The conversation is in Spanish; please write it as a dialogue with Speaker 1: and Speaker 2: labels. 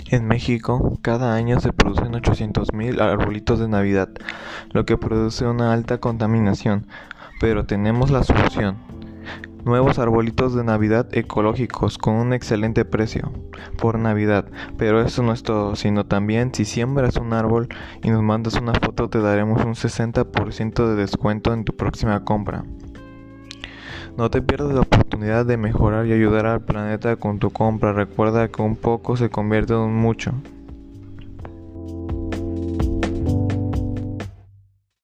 Speaker 1: En México, cada año se producen 800.000 arbolitos de Navidad, lo que produce una alta contaminación, pero tenemos la solución. Nuevos arbolitos de Navidad ecológicos con un excelente precio por Navidad, pero eso no es todo, sino también si siembras un árbol y nos mandas una foto te daremos un 60% de descuento en tu próxima compra. No te pierdas la oportunidad de mejorar y ayudar al planeta con tu compra. Recuerda que un poco se convierte en un mucho.